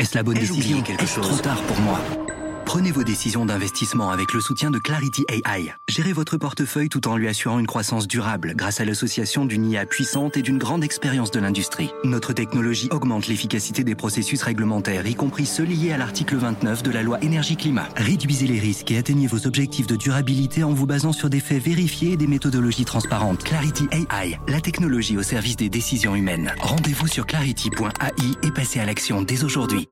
Est-ce la bonne décision? Est-ce trop tard pour moi? Prenez vos décisions d'investissement avec le soutien de Clarity AI. Gérez votre portefeuille tout en lui assurant une croissance durable grâce à l'association d'une IA puissante et d'une grande expérience de l'industrie. Notre technologie augmente l'efficacité des processus réglementaires, y compris ceux liés à l'article 29 de la loi Énergie-Climat. Réduisez les risques et atteignez vos objectifs de durabilité en vous basant sur des faits vérifiés et des méthodologies transparentes. Clarity AI, la technologie au service des décisions humaines. Rendez-vous sur clarity.ai et passez à l'action dès aujourd'hui.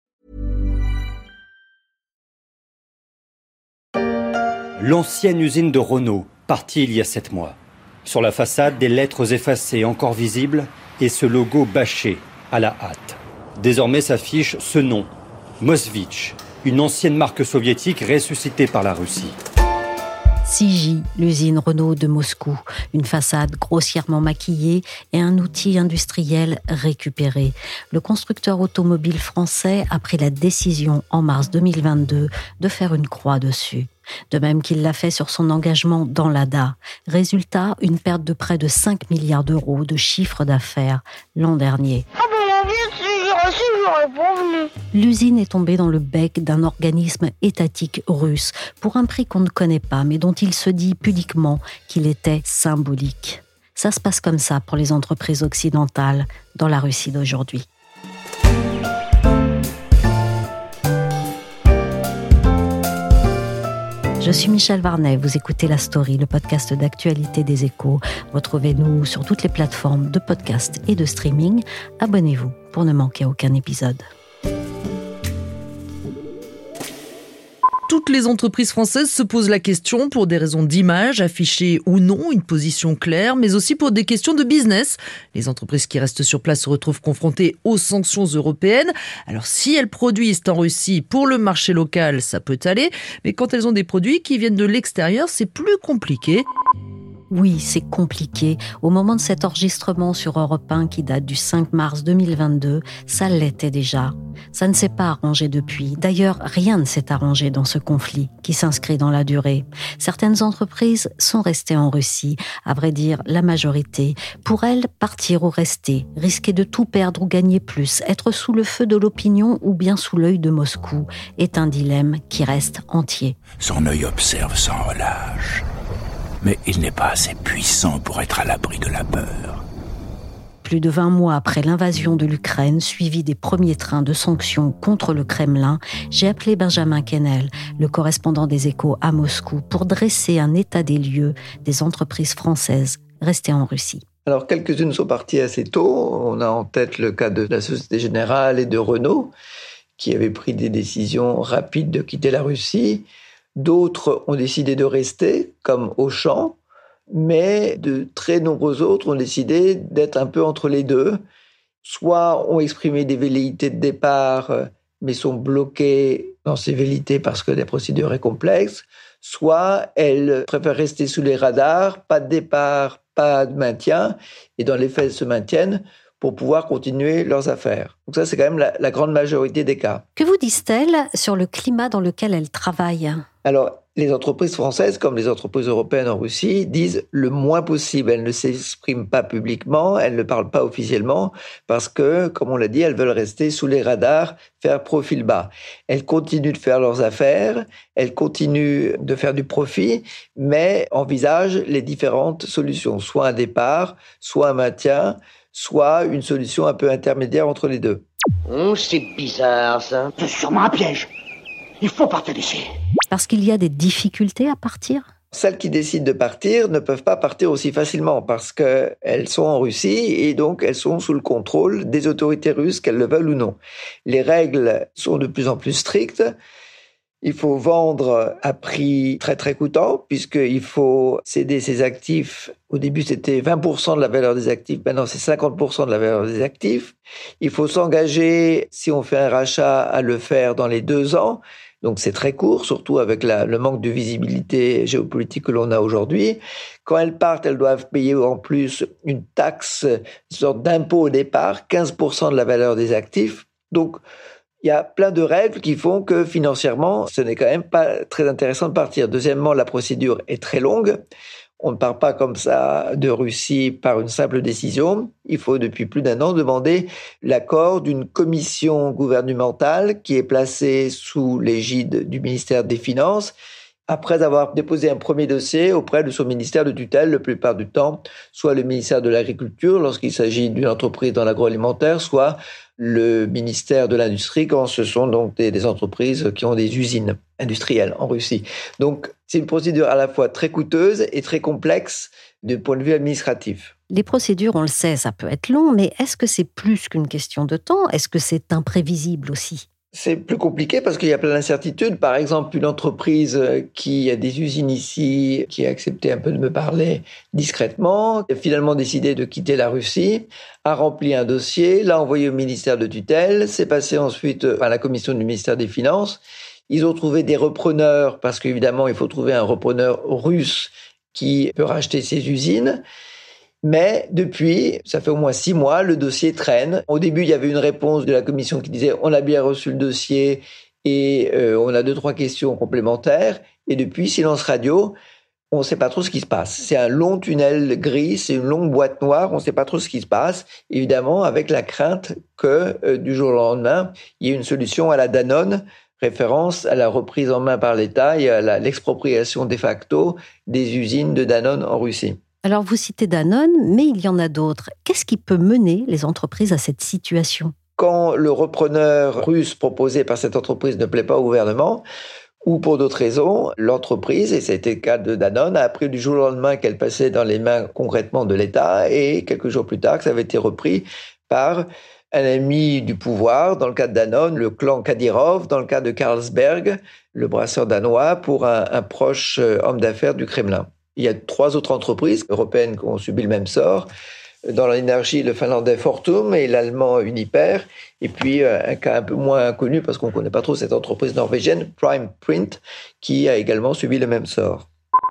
L'ancienne usine de Renault, partie il y a 7 mois. Sur la façade, des lettres effacées encore visibles et ce logo bâché à la hâte. Désormais s'affiche ce nom, Moskvitch, une ancienne marque soviétique ressuscitée par la Russie. CIJ, l'usine Renault de Moscou, une façade grossièrement maquillée et un outil industriel récupéré. Le constructeur automobile français a pris la décision en mars 2022 de faire une croix dessus. De même qu'il l'a fait sur son engagement dans l'ADA. Résultat, une perte de près de 5 milliards d'euros de chiffre d'affaires l'an dernier. L'usine est tombée dans le bec d'un organisme étatique russe pour un prix qu'on ne connaît pas, mais dont il se dit pudiquement qu'il était symbolique. Ça se passe comme ça pour les entreprises occidentales dans la Russie d'aujourd'hui. Je suis Michel Varnet, vous écoutez La Story, le podcast d'actualité des Échos. Retrouvez-nous sur toutes les plateformes de podcast et de streaming. Abonnez-vous pour ne manquer aucun épisode. Toutes les entreprises françaises se posent la question pour des raisons d'image, afficher ou non une position claire, mais aussi pour des questions de business. Les entreprises qui restent sur place se retrouvent confrontées aux sanctions européennes. Alors si elles produisent en Russie pour le marché local, ça peut aller, mais quand elles ont des produits qui viennent de l'extérieur, c'est plus compliqué. Oui, c'est compliqué. Au moment de cet enregistrement sur Europe 1 qui date du 5 mars 2022, ça l'était déjà. Ça ne s'est pas arrangé depuis. D'ailleurs, rien ne s'est arrangé dans ce conflit qui s'inscrit dans la durée. Certaines entreprises sont restées en Russie, à vrai dire la majorité. Pour elles, partir ou rester, risquer de tout perdre ou gagner plus, être sous le feu de l'opinion ou bien sous l'œil de Moscou, est un dilemme qui reste entier. Son œil observe sans relâche. Mais il n'est pas assez puissant pour être à l'abri de la peur. Plus de 20 mois après l'invasion de l'Ukraine, suivi des premiers trains de sanctions contre le Kremlin, j'ai appelé Benjamin Quesnel, le correspondant des Échos à Moscou, pour dresser un état des lieux des entreprises françaises restées en Russie. Alors, quelques-unes sont parties assez tôt. On a en tête le cas de la Société Générale et de Renault, qui avaient pris des décisions rapides de quitter la Russie. D'autres ont décidé de rester, comme Auchan, mais de très nombreux autres ont décidé d'être un peu entre les deux. Soit ont exprimé des velléités de départ, mais sont bloquées dans ces velléités parce que la procédure est complexe, soit elles préfèrent rester sous les radars, pas de départ, pas de maintien, et dans les faits, elles se maintiennent pour pouvoir continuer leurs affaires. Donc ça, c'est quand même la grande majorité des cas. Que vous disent-elles sur le climat dans lequel elles travaillent ? Alors, les entreprises françaises, comme les entreprises européennes en Russie, disent le moins possible. Elles ne s'expriment pas publiquement, elles ne parlent pas officiellement, parce que, comme on l'a dit, elles veulent rester sous les radars, faire profil bas. Elles continuent de faire leurs affaires, elles continuent de faire du profit, mais envisagent les différentes solutions, soit un départ, soit un maintien, soit une solution un peu intermédiaire entre les deux. C'est bizarre, ça. C'est sûrement un piège. Il faut partir d'ici. Parce qu'il y a des difficultés à partir ? Celles qui décident de partir ne peuvent pas partir aussi facilement parce qu'elles sont en Russie et donc elles sont sous le contrôle des autorités russes, qu'elles le veulent ou non. Les règles sont de plus en plus strictes. Il faut vendre à prix très très coûtant puisqu'il faut céder ses actifs. Au début, c'était 20% de la valeur des actifs. Maintenant, c'est 50% de la valeur des actifs. Il faut s'engager, si on fait un rachat, à le faire dans les 2 ans. Donc, c'est très court, surtout avec le manque de visibilité géopolitique que l'on a aujourd'hui. Quand elles partent, elles doivent payer en plus une taxe, une sorte d'impôt au départ, 15% de la valeur des actifs. Donc, il y a plein de règles qui font que financièrement, ce n'est quand même pas très intéressant de partir. Deuxièmement, la procédure est très longue. On ne part pas comme ça de Russie par une simple décision. Il faut depuis plus d'1 an demander l'accord d'une commission gouvernementale qui est placée sous l'égide du ministère des Finances, après avoir déposé un premier dossier auprès de son ministère de tutelle, la plupart du temps, soit le ministère de l'Agriculture lorsqu'il s'agit d'une entreprise dans l'agroalimentaire, soit le ministère de l'Industrie quand ce sont donc des entreprises qui ont des usines industrielles en Russie. Donc c'est une procédure à la fois très coûteuse et très complexe du point de vue administratif. Les procédures, on le sait, ça peut être long, mais est-ce que c'est plus qu'une question de temps ? Est-ce que c'est imprévisible aussi ? C'est plus compliqué parce qu'il y a plein d'incertitudes. Par exemple, une entreprise qui a des usines ici, qui a accepté un peu de me parler discrètement, a finalement décidé de quitter la Russie, a rempli un dossier, l'a envoyé au ministère de tutelle, c'est passé ensuite à la commission du ministère des Finances. Ils ont trouvé des repreneurs parce qu'évidemment, il faut trouver un repreneur russe qui peut racheter ces usines. Mais depuis, ça fait au moins 6 mois, le dossier traîne. Au début, il y avait une réponse de la commission qui disait « on a bien reçu le dossier et on a 2-3 questions complémentaires ». Et depuis, silence radio, on ne sait pas trop ce qui se passe. C'est un long tunnel gris, c'est une longue boîte noire, on ne sait pas trop ce qui se passe. Évidemment, avec la crainte que du jour au lendemain, il y ait une solution à la Danone, référence à la reprise en main par l'État et à l'expropriation de facto des usines de Danone en Russie. Alors, vous citez Danone, mais il y en a d'autres. Qu'est-ce qui peut mener les entreprises à cette situation ? Quand le repreneur russe proposé par cette entreprise ne plaît pas au gouvernement, ou pour d'autres raisons, l'entreprise, et c'était le cas de Danone, a appris du jour au lendemain qu'elle passait dans les mains concrètement de l'État, et quelques jours plus tard, que ça avait été repris par un ami du pouvoir, dans le cas de Danone, le clan Kadyrov, dans le cas de Carlsberg, le brasseur danois, pour un proche homme d'affaires du Kremlin. Il y a 3 autres entreprises européennes qui ont subi le même sort. Dans l'énergie, le finlandais Fortum et l'allemand Uniper. Et puis, un cas un peu moins connu, parce qu'on ne connaît pas trop cette entreprise norvégienne, Prime Print, qui a également subi le même sort.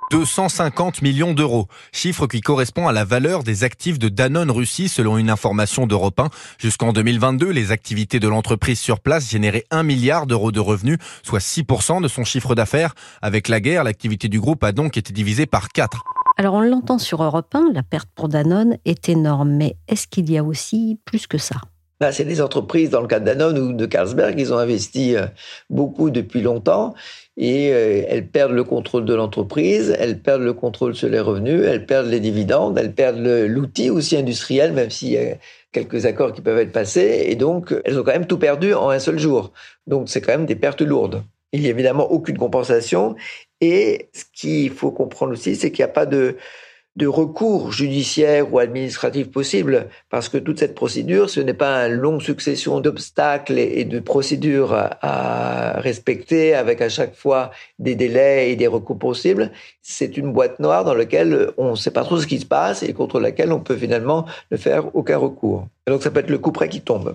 250 millions d'euros, chiffre qui correspond à la valeur des actifs de Danone Russie selon une information d'Europe 1. Jusqu'en 2022, les activités de l'entreprise sur place généraient 1 milliard d'euros de revenus, soit 6% de son chiffre d'affaires. Avec la guerre, l'activité du groupe a donc été divisée par 4. Alors on l'entend sur Europe 1, la perte pour Danone est énorme, mais est-ce qu'il y a aussi plus que ça ? C'est des entreprises, dans le cas de Danone ou de Carlsberg, ils ont investi beaucoup depuis longtemps et elles perdent le contrôle de l'entreprise, elles perdent le contrôle sur les revenus, elles perdent les dividendes, elles perdent l'outil aussi industriel, même s'il y a quelques accords qui peuvent être passés, et donc elles ont quand même tout perdu en un seul jour. Donc c'est quand même des pertes lourdes. Il n'y a évidemment aucune compensation, et ce qu'il faut comprendre aussi, c'est qu'il n'y a pas de recours judiciaire ou administratif possible, parce que toute cette procédure, ce n'est pas une longue succession d'obstacles et de procédures à respecter avec à chaque fois des délais et des recours possibles. C'est une boîte noire dans laquelle on ne sait pas trop ce qui se passe et contre laquelle on peut finalement ne faire aucun recours. Et donc ça peut être le coup près qui tombe.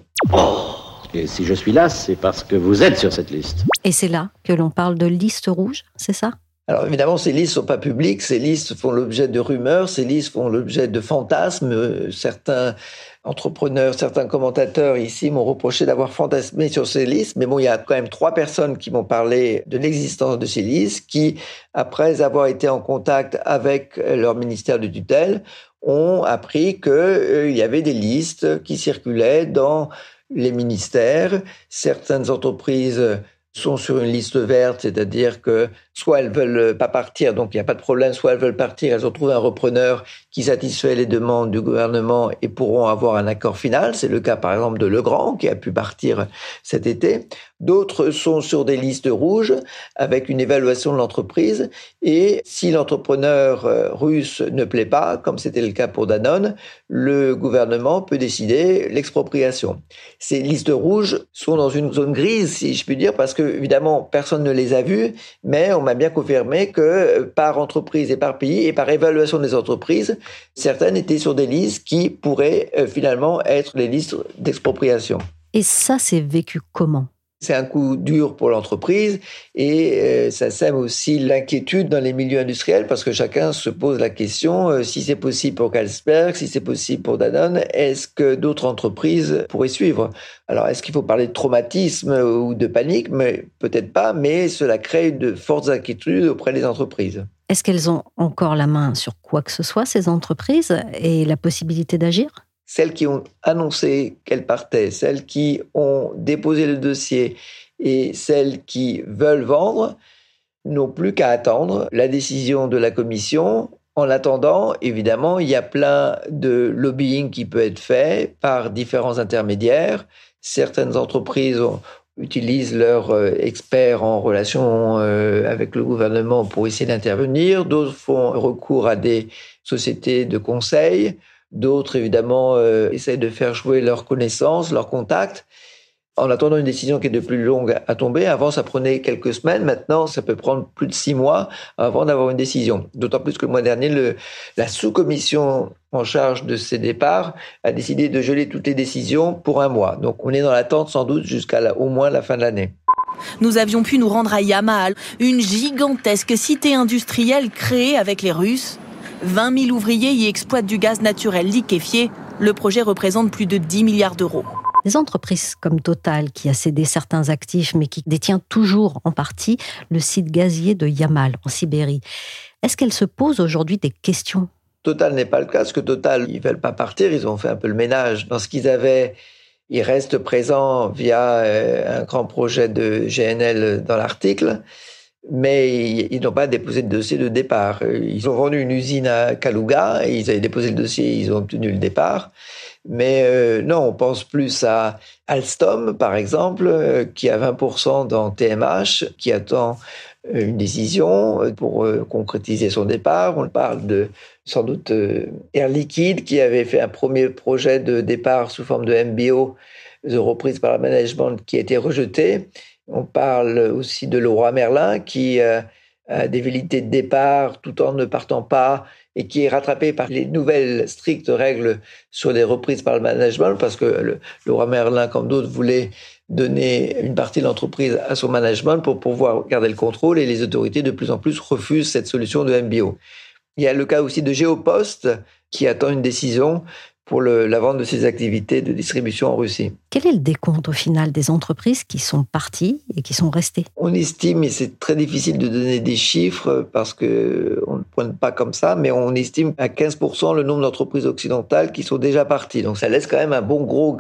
Et si je suis là, c'est parce que vous êtes sur cette liste. Et c'est là que l'on parle de liste rouge, c'est ça ? Alors évidemment, ces listes sont pas publiques, ces listes font l'objet de rumeurs, ces listes font l'objet de fantasmes. Certains entrepreneurs, certains commentateurs ici m'ont reproché d'avoir fantasmé sur ces listes, mais bon, il y a quand même 3 personnes qui m'ont parlé de l'existence de ces listes, qui, après avoir été en contact avec leur ministère de tutelle, ont appris qu'il y avait des listes qui circulaient dans les ministères. Certaines entreprises sont sur une liste verte, c'est-à-dire que soit elles veulent pas partir, donc il n'y a pas de problème, soit elles veulent partir, elles ont trouvé un repreneur qui satisfait les demandes du gouvernement et pourront avoir un accord final. C'est le cas par exemple de Legrand qui a pu partir cet été. D'autres sont sur des listes rouges avec une évaluation de l'entreprise, et si l'entrepreneur russe ne plaît pas, comme c'était le cas pour Danone, le gouvernement peut décider l'expropriation. Ces listes rouges sont dans une zone grise, si je puis dire, parce que évidemment personne ne les a vues, mais on m'a bien confirmé que par entreprise et par pays et par évaluation des entreprises, certaines étaient sur des listes qui pourraient finalement être les listes d'expropriation. Et ça, c'est vécu comment ? C'est un coup dur pour l'entreprise et ça sème aussi l'inquiétude dans les milieux industriels parce que chacun se pose la question si c'est possible pour Carlsberg, si c'est possible pour Danone, est-ce que d'autres entreprises pourraient suivre? Alors, est-ce qu'il faut parler de traumatisme ou de panique? Mais peut-être pas, mais cela crée de fortes inquiétudes auprès des entreprises. Est-ce qu'elles ont encore la main sur quoi que ce soit, ces entreprises, et la possibilité d'agir? Celles qui ont annoncé qu'elles partaient, celles qui ont déposé le dossier et celles qui veulent vendre n'ont plus qu'à attendre la décision de la Commission. En attendant, évidemment, il y a plein de lobbying qui peut être fait par différents intermédiaires. Certaines entreprises utilisent leurs experts en relation avec le gouvernement pour essayer d'intervenir. D'autres font recours à des sociétés de conseil. D'autres, évidemment, essayent de faire jouer leurs connaissances, leurs contacts, en attendant une décision qui est de plus longue à tomber. Avant, ça prenait quelques semaines. Maintenant, ça peut prendre plus de 6 mois avant d'avoir une décision. D'autant plus que le mois dernier, la sous-commission en charge de ces départs a décidé de geler toutes les décisions pour 1 mois. Donc, on est dans l'attente sans doute jusqu'à au moins la fin de l'année. Nous avions pu nous rendre à Yamal, une gigantesque cité industrielle créée avec les Russes. 20 000 ouvriers y exploitent du gaz naturel liquéfié. Le projet représente plus de 10 milliards d'euros. Les entreprises comme Total, qui a cédé certains actifs, mais qui détient toujours en partie le site gazier de Yamal, en Sibérie, est-ce qu'elles se posent aujourd'hui des questions? Total n'est pas le cas, parce que Total, ils ne veulent pas partir, ils ont fait un peu le ménage. Dans ce qu'ils avaient, ils restent présents via un grand projet de GNL dans l'article. Mais ils n'ont pas déposé de dossier de départ. Ils ont vendu une usine à Kalouga, et ils avaient déposé le dossier, ils ont obtenu le départ. Mais non, on pense plus à Alstom, par exemple, qui a 20% dans TMH, qui attend une décision pour concrétiser son départ. On parle de, sans doute, Air Liquide, qui avait fait un premier projet de départ sous forme de MBO, de reprise par le management, qui a été rejeté. On parle aussi de Leroy Merlin qui a des velléités de départ tout en ne partant pas et qui est rattrapé par les nouvelles strictes règles sur les reprises par le management parce que Leroy Merlin, comme d'autres, voulait donner une partie de l'entreprise à son management pour pouvoir garder le contrôle et les autorités de plus en plus refusent cette solution de MBO. Il y a le cas aussi de Géopost qui attend une décision pour la vente de ses activités de distribution en Russie. Quel est le décompte au final des entreprises qui sont parties et qui sont restées? On estime, et c'est très difficile de donner des chiffres parce qu'on ne pointe pas comme ça, mais on estime à 15% le nombre d'entreprises occidentales qui sont déjà parties. Donc ça laisse quand même un bon gros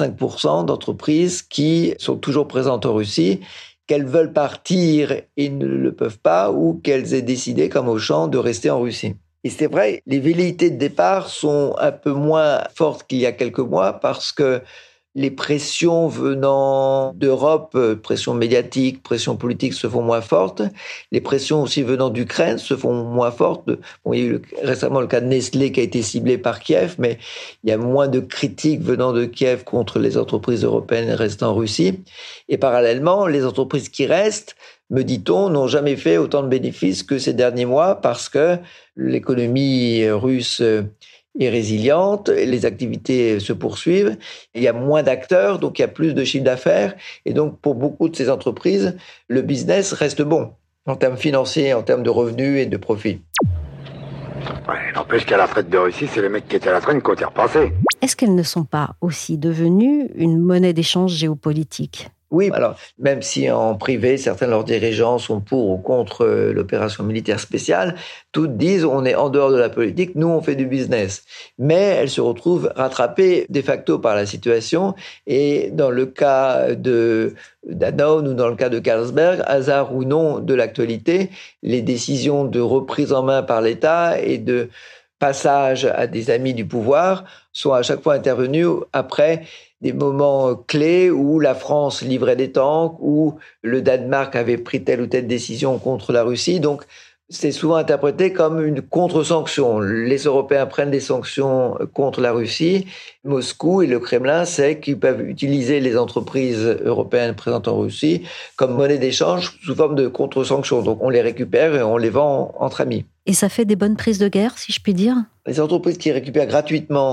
85% d'entreprises qui sont toujours présentes en Russie, qu'elles veulent partir et ne le peuvent pas, ou qu'elles aient décidé, comme Auchan, de rester en Russie. Et c'est vrai, les velléités de départ sont un peu moins fortes qu'il y a quelques mois parce que les pressions venant d'Europe, pressions médiatiques, pressions politiques se font moins fortes. Les pressions aussi venant d'Ukraine se font moins fortes. Bon, il y a eu récemment le cas de Nestlé qui a été ciblé par Kiev, mais il y a moins de critiques venant de Kiev contre les entreprises européennes restant en Russie. Et parallèlement, les entreprises qui restent, me dit-on, n'ont jamais fait autant de bénéfices que ces derniers mois parce que l'économie russe est résiliente, les activités se poursuivent, il y a moins d'acteurs, donc il y a plus de chiffre d'affaires. Et donc, pour beaucoup de ces entreprises, le business reste bon en termes financiers, en termes de revenus et de profits. Ouais, n'empêche qu'à la traite de Russie, c'est les mecs qui étaient à la traîne qui ont y repensé. Est-ce qu'elles ne sont pas aussi devenues une monnaie d'échange géopolitique ? Oui, alors même si en privé, certains de leurs dirigeants sont pour ou contre l'opération militaire spéciale, toutes disent on est en dehors de la politique, nous on fait du business. Mais elles se retrouvent rattrapées de facto par la situation et dans le cas de Danone ou dans le cas de Carlsberg, hasard ou non de l'actualité, les décisions de reprise en main par l'État et de passage à des amis du pouvoir sont à chaque fois intervenus après des moments clés où la France livrait des tanks, où le Danemark avait pris telle ou telle décision contre la Russie. Donc, c'est souvent interprété comme une contre-sanction. Les Européens prennent des sanctions contre la Russie. Moscou et le Kremlin savent qu'ils peuvent utiliser les entreprises européennes présentes en Russie comme monnaie d'échange sous forme de contre-sanction. Donc, on les récupère et on les vend entre amis. Et ça fait des bonnes prises de guerre, si je puis dire ? Les entreprises qui récupèrent gratuitement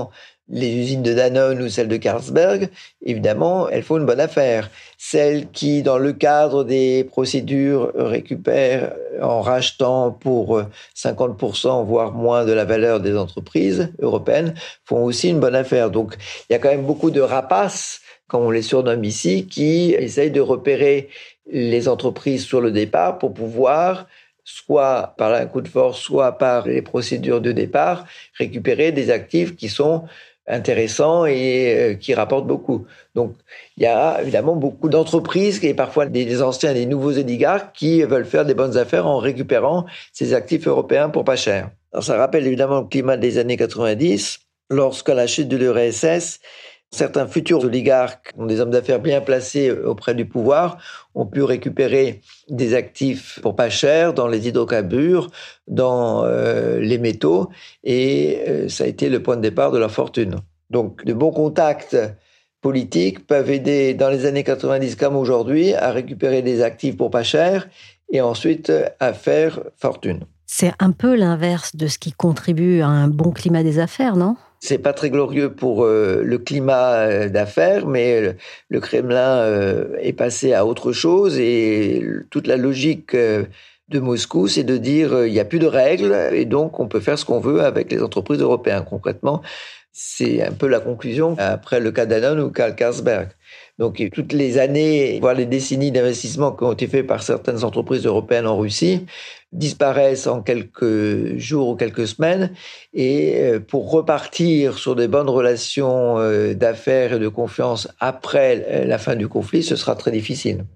Les usines de Danone ou celles de Carlsberg, évidemment, elles font une bonne affaire. Celles qui, dans le cadre des procédures, récupèrent en rachetant pour 50%, voire moins de la valeur des entreprises européennes, font aussi une bonne affaire. Donc, il y a quand même beaucoup de rapaces, comme on les surnomme ici, qui essayent de repérer les entreprises sur le départ pour pouvoir, soit par un coup de force, soit par les procédures de départ, récupérer des actifs qui sont intéressants et qui rapportent beaucoup. Donc, il y a évidemment beaucoup d'entreprises et parfois des anciens et des nouveaux oligarques qui veulent faire des bonnes affaires en récupérant ces actifs européens pour pas cher. Alors, ça rappelle évidemment le climat des années 90, lorsqu'à la chute de l'URSS, certains futurs oligarques, des hommes d'affaires bien placés auprès du pouvoir, ont pu récupérer des actifs pour pas cher dans les hydrocarbures, dans les métaux, et ça a été le point de départ de leur fortune. Donc, de bons contacts politiques peuvent aider dans les années 90 comme aujourd'hui à récupérer des actifs pour pas cher et ensuite à faire fortune. C'est un peu l'inverse de ce qui contribue à un bon climat des affaires, non ? C'est pas très glorieux pour le climat d'affaires, mais le Kremlin est passé à autre chose et toute la logique de Moscou, c'est de dire il n'y a plus de règles et donc on peut faire ce qu'on veut avec les entreprises européennes. Concrètement, c'est un peu la conclusion après le cas Danone ou Carlsberg. Donc toutes les années, voire les décennies d'investissement qui ont été faits par certaines entreprises européennes en Russie disparaissent en quelques jours ou quelques semaines. Et pour repartir sur des bonnes relations d'affaires et de confiance après la fin du conflit, ce sera très difficile.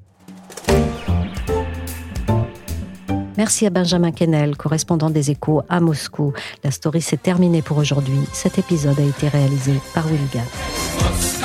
Merci à Benjamin Quesnel, correspondant des Échos à Moscou. La story s'est terminée pour aujourd'hui. Cet épisode a été réalisé par Willy Gann.